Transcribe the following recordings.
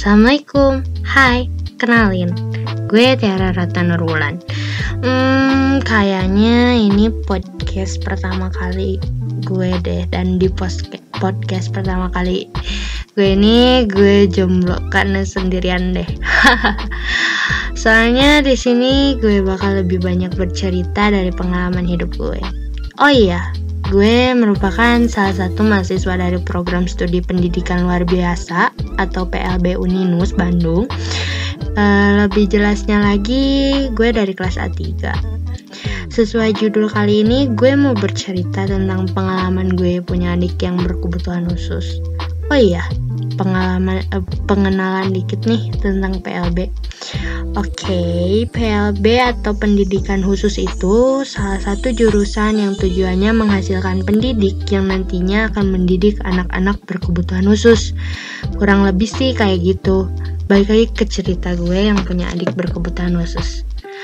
Assalamualaikum, hai, kenalin, gue Tiara Ratna Nurwulan. Kayaknya ini podcast pertama kali gue deh. Dan di podcast pertama kali gue jomblo karena sendirian deh. Soalnya di sini gue bakal lebih banyak bercerita dari pengalaman hidup gue. Oh iya, gue merupakan salah satu mahasiswa dari program studi pendidikan luar biasa atau PLB Uninus Bandung. Lebih jelasnya lagi, gue dari kelas A3. Sesuai judul kali ini, gue mau bercerita tentang pengalaman gue punya adik yang berkebutuhan khusus. Oh iya, pengenalan dikit nih tentang PLB. Oke, PLB atau pendidikan khusus itu salah satu jurusan yang tujuannya menghasilkan pendidik yang nantinya akan mendidik anak-anak berkebutuhan khusus. Kurang lebih sih kayak gitu. Balik lagi ke cerita gue yang punya adik berkebutuhan khusus.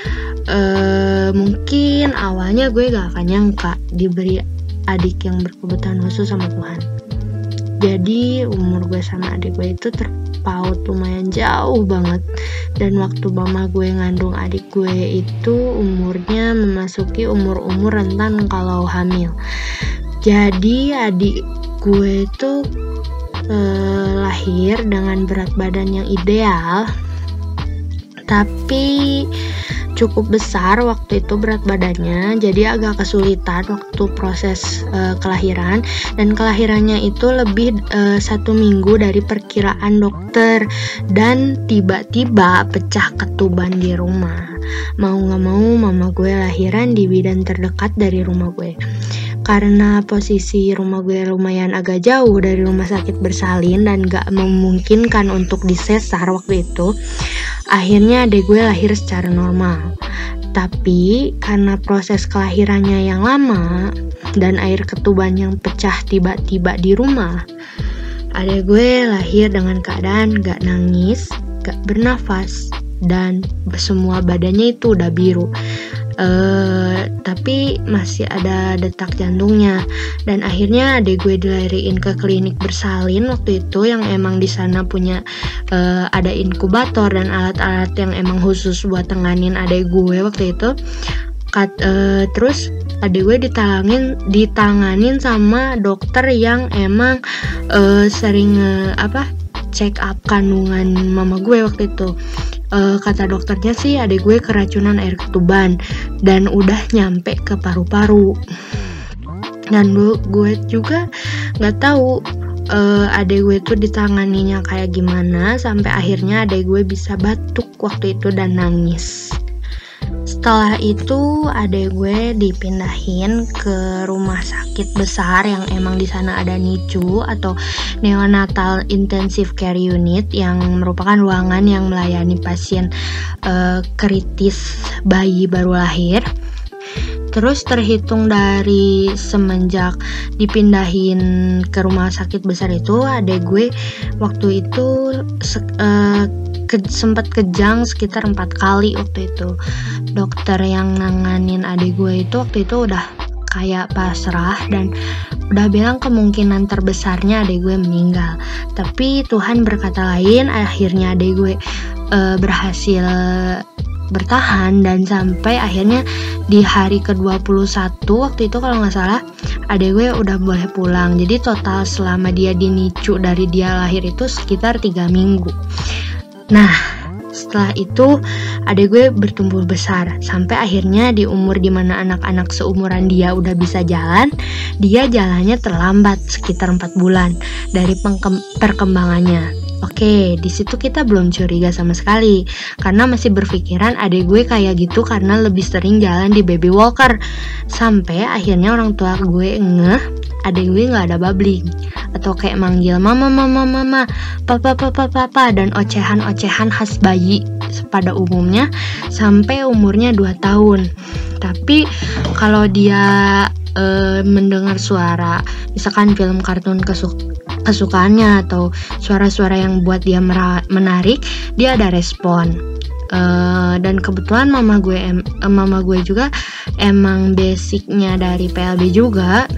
Mungkin awalnya gue gak akan nyangka diberi adik yang berkebutuhan khusus sama Tuhan. Jadi umur gue sama adik gue itu terpaut lumayan jauh banget. Dan waktu mama gue ngandung adik gue itu umurnya memasuki umur-umur rentan kalau hamil. Jadi adik gue itu lahir dengan berat badan yang ideal, tapi cukup besar waktu itu berat badannya, jadi agak kesulitan waktu proses kelahiran. Dan kelahirannya itu lebih 1 minggu dari perkiraan dokter, dan tiba-tiba pecah ketuban di rumah. Mau gak mau mama gue lahiran di bidan terdekat dari rumah gue. Karena posisi rumah gue lumayan agak jauh dari rumah sakit bersalin dan gak memungkinkan untuk disesar waktu itu, akhirnya adik gue lahir secara normal. Tapi karena proses kelahirannya yang lama dan air ketuban yang pecah tiba-tiba di rumah, adik gue lahir dengan keadaan gak nangis, gak bernafas, dan semua badannya itu udah biru. Tapi masih ada detak jantungnya. Dan akhirnya adik gue dilariin ke klinik bersalin waktu itu, yang emang di sana punya ada inkubator dan alat-alat yang emang khusus buat tenganin adik gue waktu itu. Terus adik gue ditanganin sama dokter yang emang sering check up kandungan mama gue waktu itu. Kata dokternya sih adik gue keracunan air ketuban dan udah nyampe ke paru-paru. Dan gue juga nggak tahu adik gue tuh ditanganinya kayak gimana sampai akhirnya adik gue bisa batuk waktu itu dan nangis. Setelah itu adik gue dipindahin ke rumah sakit besar yang emang di sana ada NICU atau Neonatal Intensive Care Unit, yang merupakan ruangan yang melayani pasien kritis bayi baru lahir. Terus terhitung dari semenjak dipindahin ke rumah sakit besar itu, adik gue waktu itu sempat kejang sekitar 4 kali waktu itu. Dokter yang nanganin adik gue itu waktu itu udah kayak pasrah dan udah bilang kemungkinan terbesarnya adik gue meninggal. Tapi Tuhan berkata lain, akhirnya adik gue berhasil bertahan, dan sampai akhirnya di hari ke-21 waktu itu kalau gak salah adik gue udah boleh pulang. Jadi total selama dia di NICU dari dia lahir itu sekitar 3 minggu. Nah, setelah itu adik gue bertumbuh besar sampai akhirnya di umur dimana anak-anak seumuran dia udah bisa jalan, dia jalannya terlambat sekitar 4 bulan dari perkembangannya. Oke, di situ kita belum curiga sama sekali karena masih berpikiran adik gue kayak gitu karena lebih sering jalan di baby walker. Sampai akhirnya orang tua gue ngeh adik gue nggak ada babbling atau kayak manggil mama, papa, dan ocehan khas bayi pada umumnya sampai umurnya 2 tahun. Tapi kalau dia mendengar suara, misalkan film kartun kesukaannya atau suara-suara yang buat dia menarik, dia ada respon. Dan kebetulan mama gue juga emang basicnya dari PLB juga.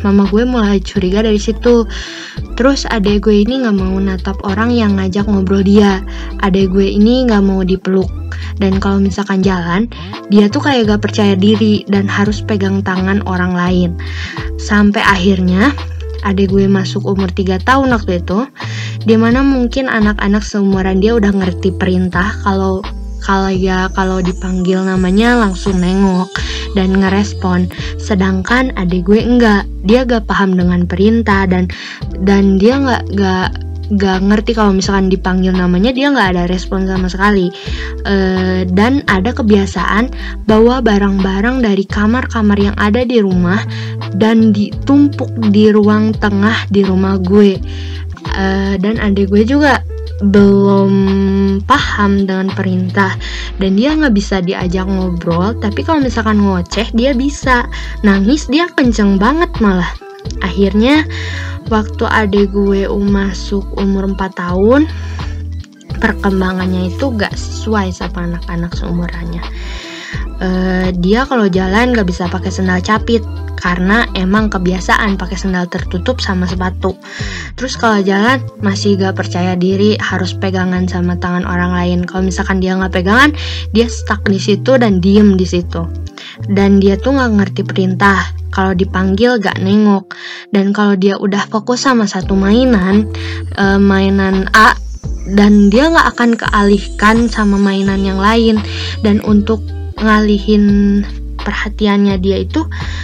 Mama gue mulai curiga dari situ. Terus adek gue ini gak mau natap orang yang ngajak ngobrol dia. Adek gue ini gak mau dipeluk. Dan kalau misalkan jalan, dia tuh kayak gak percaya diri dan harus pegang tangan orang lain. Sampai akhirnya adek gue masuk umur 3 tahun waktu itu, dimana mungkin anak-anak seumuran dia udah ngerti perintah kalau dipanggil namanya langsung nengok dan ngerespon. Sedangkan adik gue enggak, dia gak paham dengan perintah dan dia gak ngerti kalau misalkan dipanggil namanya dia gak ada respon sama sekali. Dan ada kebiasaan bawa barang-barang dari kamar-kamar yang ada di rumah dan ditumpuk di ruang tengah di rumah gue. Dan adik gue juga belum paham dengan perintah dan dia nggak bisa diajak ngobrol, tapi kalau misalkan ngoceh dia bisa, nangis dia kenceng banget malah. Akhirnya waktu adik gue masuk umur 4 tahun, perkembangannya itu gak sesuai sama anak-anak seumurannya. Dia kalau jalan gak bisa pakai sendal capit karena emang kebiasaan pakai sendal tertutup sama sepatu. Terus kalau jalan masih gak percaya diri, harus pegangan sama tangan orang lain. Kalau misalkan dia gak pegangan, dia stuck di situ dan diem di situ. Dan dia tuh gak ngerti perintah. Kalau dipanggil gak nengok. Dan kalau dia udah fokus sama satu mainan A, dan dia gak akan kealihkan sama mainan yang lain. Dan untuk ngalihin perhatiannya dia itu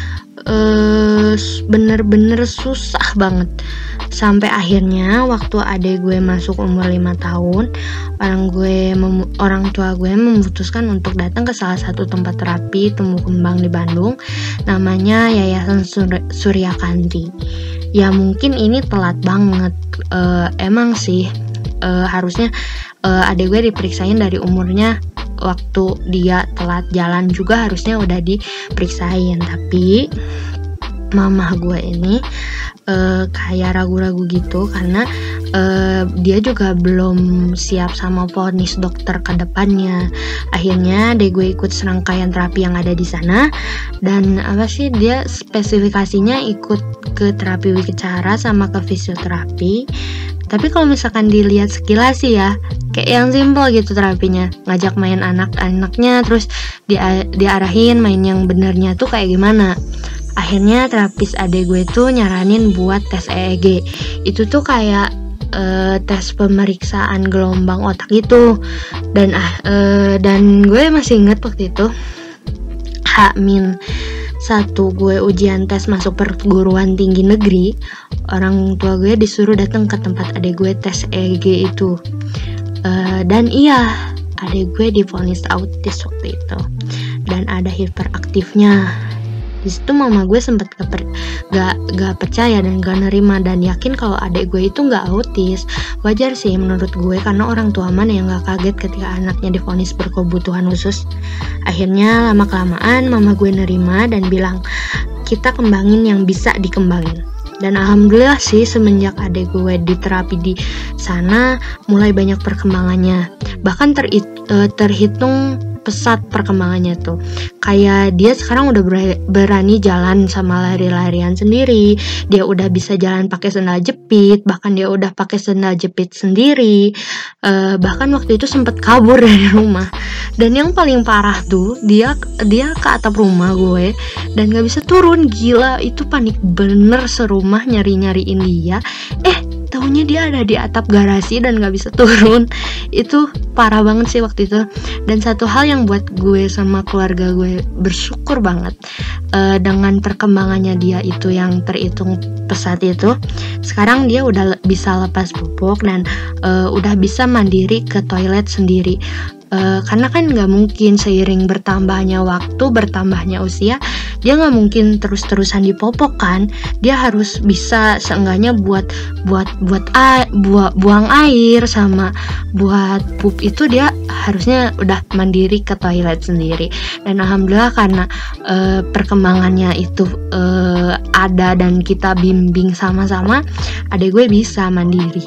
bener-bener susah banget. Sampai akhirnya waktu adik gue masuk umur 5 tahun, orang tua gue memutuskan untuk datang ke salah satu tempat terapi tumbuh kembang di Bandung, namanya Yayasan Surya Kanti. Ya mungkin ini telat banget, emang sih harusnya adik gue diperiksain dari umurnya. Waktu dia telat jalan juga harusnya udah diperiksain, tapi mama gue ini kayak ragu-ragu gitu karena dia juga belum siap sama vonis dokter ke depannya. Akhirnya deh gue ikut serangkaian terapi yang ada di sana, dan dia spesifikasinya ikut ke terapi wicara sama ke fisioterapi. Tapi kalau misalkan dilihat sekilas sih ya, kayak yang simpel gitu terapinya, ngajak main anak-anaknya, terus diarahin main yang benernya tuh kayak gimana. Akhirnya terapis adek gue tuh nyaranin buat tes EEG. Itu tuh kayak tes pemeriksaan gelombang otak gitu. Dan gue masih inget waktu itu H-1 gue ujian tes masuk perguruan tinggi negeri, orang tua gue disuruh datang ke tempat adik gue tes EEG itu. Dan iya, adik gue divonis autis waktu itu dan ada hiperaktifnya. Di situ mama gue sempet gak percaya dan gak nerima dan yakin kalau adik gue itu gak autis. Wajar sih menurut gue, karena orang tua mana yang gak kaget ketika anaknya divonis berkebutuhan khusus. Akhirnya lama-kelamaan mama gue nerima dan bilang, kita kembangin yang bisa dikembangin. Dan alhamdulillah sih semenjak adik gue di terapi di sana mulai banyak perkembangannya. Bahkan terhitung pesat perkembangannya tuh. Kayak dia sekarang udah berani jalan sama lari-larian sendiri. Dia udah bisa jalan pakai sendal jepit, bahkan dia udah pakai sendal jepit sendiri. Bahkan waktu itu sempet kabur dari rumah. Dan yang paling parah tuh dia ke atap rumah gue dan gak bisa turun. Gila, itu panik bener serumah nyari-nyariin dia. Taunya dia ada di atap garasi dan gak bisa turun. Itu parah banget sih waktu itu. Dan satu hal yang buat gue sama keluarga gue bersyukur banget, dengan perkembangannya dia itu yang terhitung pesat itu, sekarang dia udah bisa lepas pupuk dan udah bisa mandiri ke toilet sendiri. Karena kan gak mungkin seiring bertambahnya waktu, bertambahnya usia, dia gak mungkin terus-terusan dipopok kan. Dia harus bisa seenggaknya buat buang air sama buat pup itu dia harusnya udah mandiri ke toilet sendiri. Dan alhamdulillah karena perkembangannya itu ada dan kita bimbing sama-sama, adik gue bisa mandiri.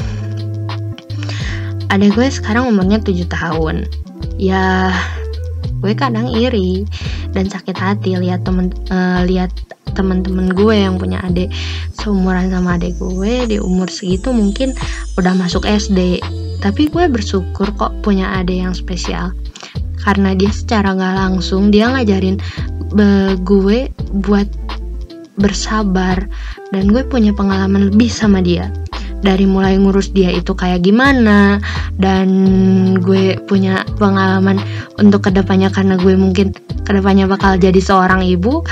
Adik gue sekarang umurnya 7 tahun. Ya, gue kadang iri dan sakit hati lihat teman-teman gue yang punya adik seumuran sama adik gue di umur segitu mungkin udah masuk SD. Tapi gue bersyukur kok punya adik yang spesial, karena dia secara gak langsung dia ngajarin gue buat bersabar, dan gue punya pengalaman lebih sama dia. Dari mulai ngurus dia itu kayak gimana, dan gue punya pengalaman untuk kedepannya karena gue mungkin kedepannya bakal jadi seorang ibu.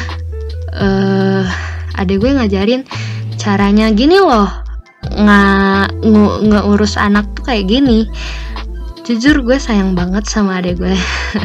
Adek gue ngajarin caranya gini loh, ngurus anak tuh kayak gini. Jujur gue sayang banget sama adek gue.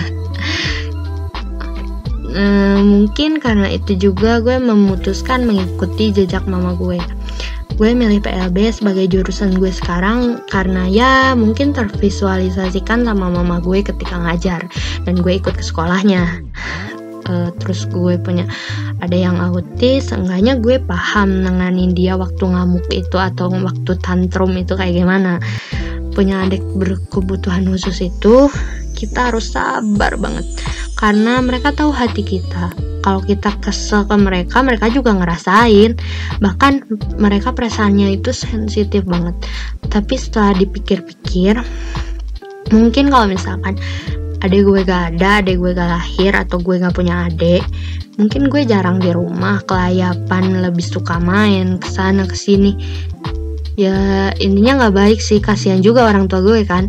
Mungkin karena itu juga gue memutuskan mengikuti jejak mama gue. Gue milih PLB sebagai jurusan gue sekarang karena ya mungkin tervisualisasikan sama mama gue ketika ngajar, dan gue ikut ke sekolahnya. Terus gue punya ada yang autis, seenggaknya gue paham nanganin dia waktu ngamuk itu atau waktu tantrum itu kayak gimana. Punya adik berkebutuhan khusus itu kita harus sabar banget, karena mereka tahu hati kita. Kalau kita kesel ke mereka, mereka juga ngerasain. Bahkan mereka perasaannya itu sensitif banget. Tapi setelah dipikir-pikir, mungkin kalau misalkan adik gue gak ada, adik gue gak lahir, atau gue gak punya adik, mungkin gue jarang di rumah, kelayapan, lebih suka main kesana kesini. Ya intinya gak baik sih, kasihan juga orang tua gue kan.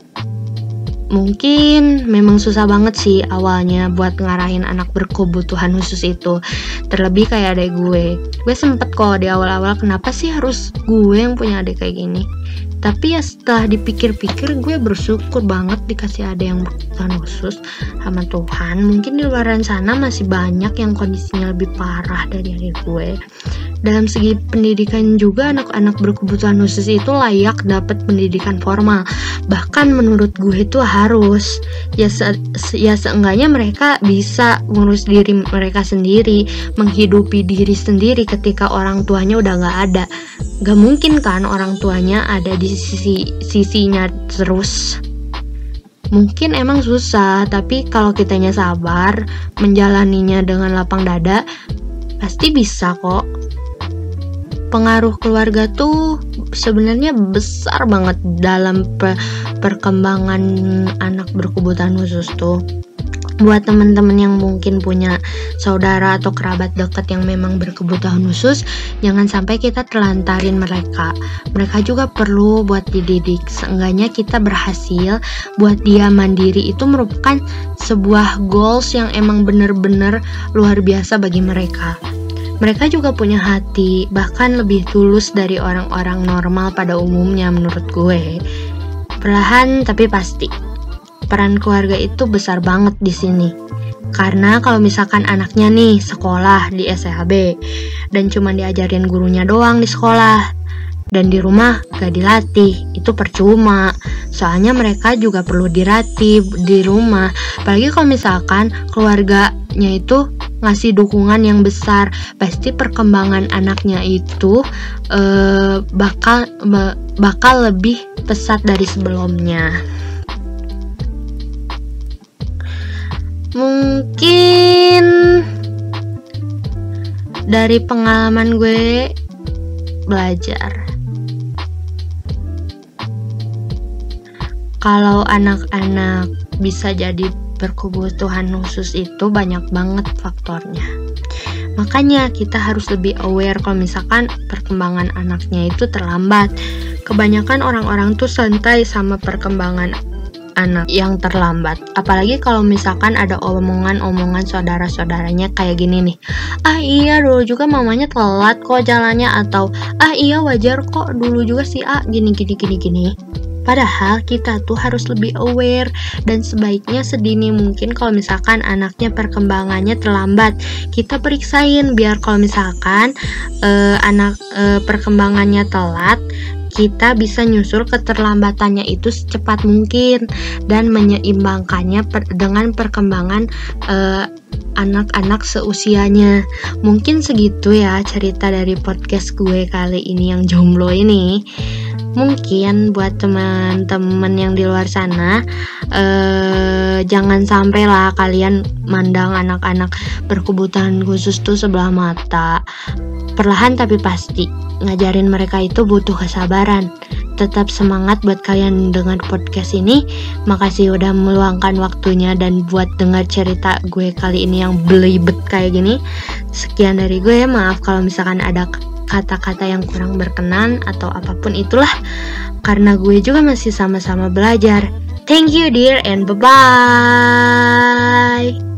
Mungkin memang susah banget sih awalnya buat ngarahin anak berkebutuhan khusus itu. Terlebih kayak adek gue sempet kok di awal-awal, kenapa sih harus gue yang punya adik kayak gini. Tapi ya setelah dipikir-pikir, gue bersyukur banget dikasih adik yang berkebutuhan khusus sama Tuhan. Mungkin di luar sana masih banyak yang kondisinya lebih parah dari adik gue. Dalam segi pendidikan juga, anak-anak berkebutuhan khusus itu layak dapat pendidikan formal. Bahkan menurut gue itu harus. Ya seenggaknya mereka bisa ngurus diri mereka sendiri, menghidupi diri sendiri ketika orang tuanya udah gak ada. Gak mungkin kan orang tuanya ada di sisinya terus. Mungkin emang susah, tapi kalau kitanya sabar, menjalaninya dengan lapang dada, pasti bisa kok. Pengaruh keluarga tuh sebenarnya besar banget dalam perkembangan anak berkebutuhan khusus tuh. Buat teman-teman yang mungkin punya saudara atau kerabat dekat yang memang berkebutuhan khusus, jangan sampai kita telantarin mereka. Mereka juga perlu buat dididik. Seenggaknya kita berhasil buat dia mandiri, itu merupakan sebuah goals yang emang bener-bener luar biasa bagi mereka. Mereka juga punya hati, bahkan lebih tulus dari orang-orang normal pada umumnya menurut gue. Perlahan tapi pasti, peran keluarga itu besar banget di sini. Karena kalau misalkan anaknya nih sekolah di SLB dan cuma diajarin gurunya doang di sekolah, dan di rumah gak dilatih, itu percuma. Soalnya mereka juga perlu dilatih di rumah. Apalagi kalau misalkan keluarganya itu ngasih dukungan yang besar, pasti perkembangan anaknya itu bakal lebih pesat dari sebelumnya. Mungkin dari pengalaman gue belajar, kalau anak-anak bisa jadi berkebutuhan khusus itu banyak banget faktornya. Makanya kita harus lebih aware kalau misalkan perkembangan anaknya itu terlambat. Kebanyakan orang-orang tuh santai sama perkembangan anak yang terlambat. Apalagi kalau misalkan ada omongan-omongan saudara-saudaranya kayak gini nih, iya dulu juga mamanya telat kok jalannya, atau iya wajar kok dulu juga si gini. Padahal kita tuh harus lebih aware, dan sebaiknya sedini mungkin kalau misalkan anaknya perkembangannya terlambat, kita periksain biar kalau misalkan anak perkembangannya telat, kita bisa nyusul keterlambatannya itu secepat mungkin dan menyeimbangkannya dengan perkembangan anak-anak seusianya. Mungkin segitu ya cerita dari podcast gue kali ini yang jomblo ini. Mungkin buat teman-teman yang di luar sana, jangan sampai lah kalian mandang anak-anak berkebutuhan khusus tuh sebelah mata. Perlahan tapi pasti, ngajarin mereka itu butuh kesabaran. Tetap semangat buat kalian dengar podcast ini. Makasih udah meluangkan waktunya dan buat dengar cerita gue kali ini yang belibet kayak gini. Sekian dari gue, maaf kalau misalkan ada kata-kata yang kurang berkenan atau apapun itulah, karena gue juga masih sama-sama belajar. Thank you dear and bye-bye.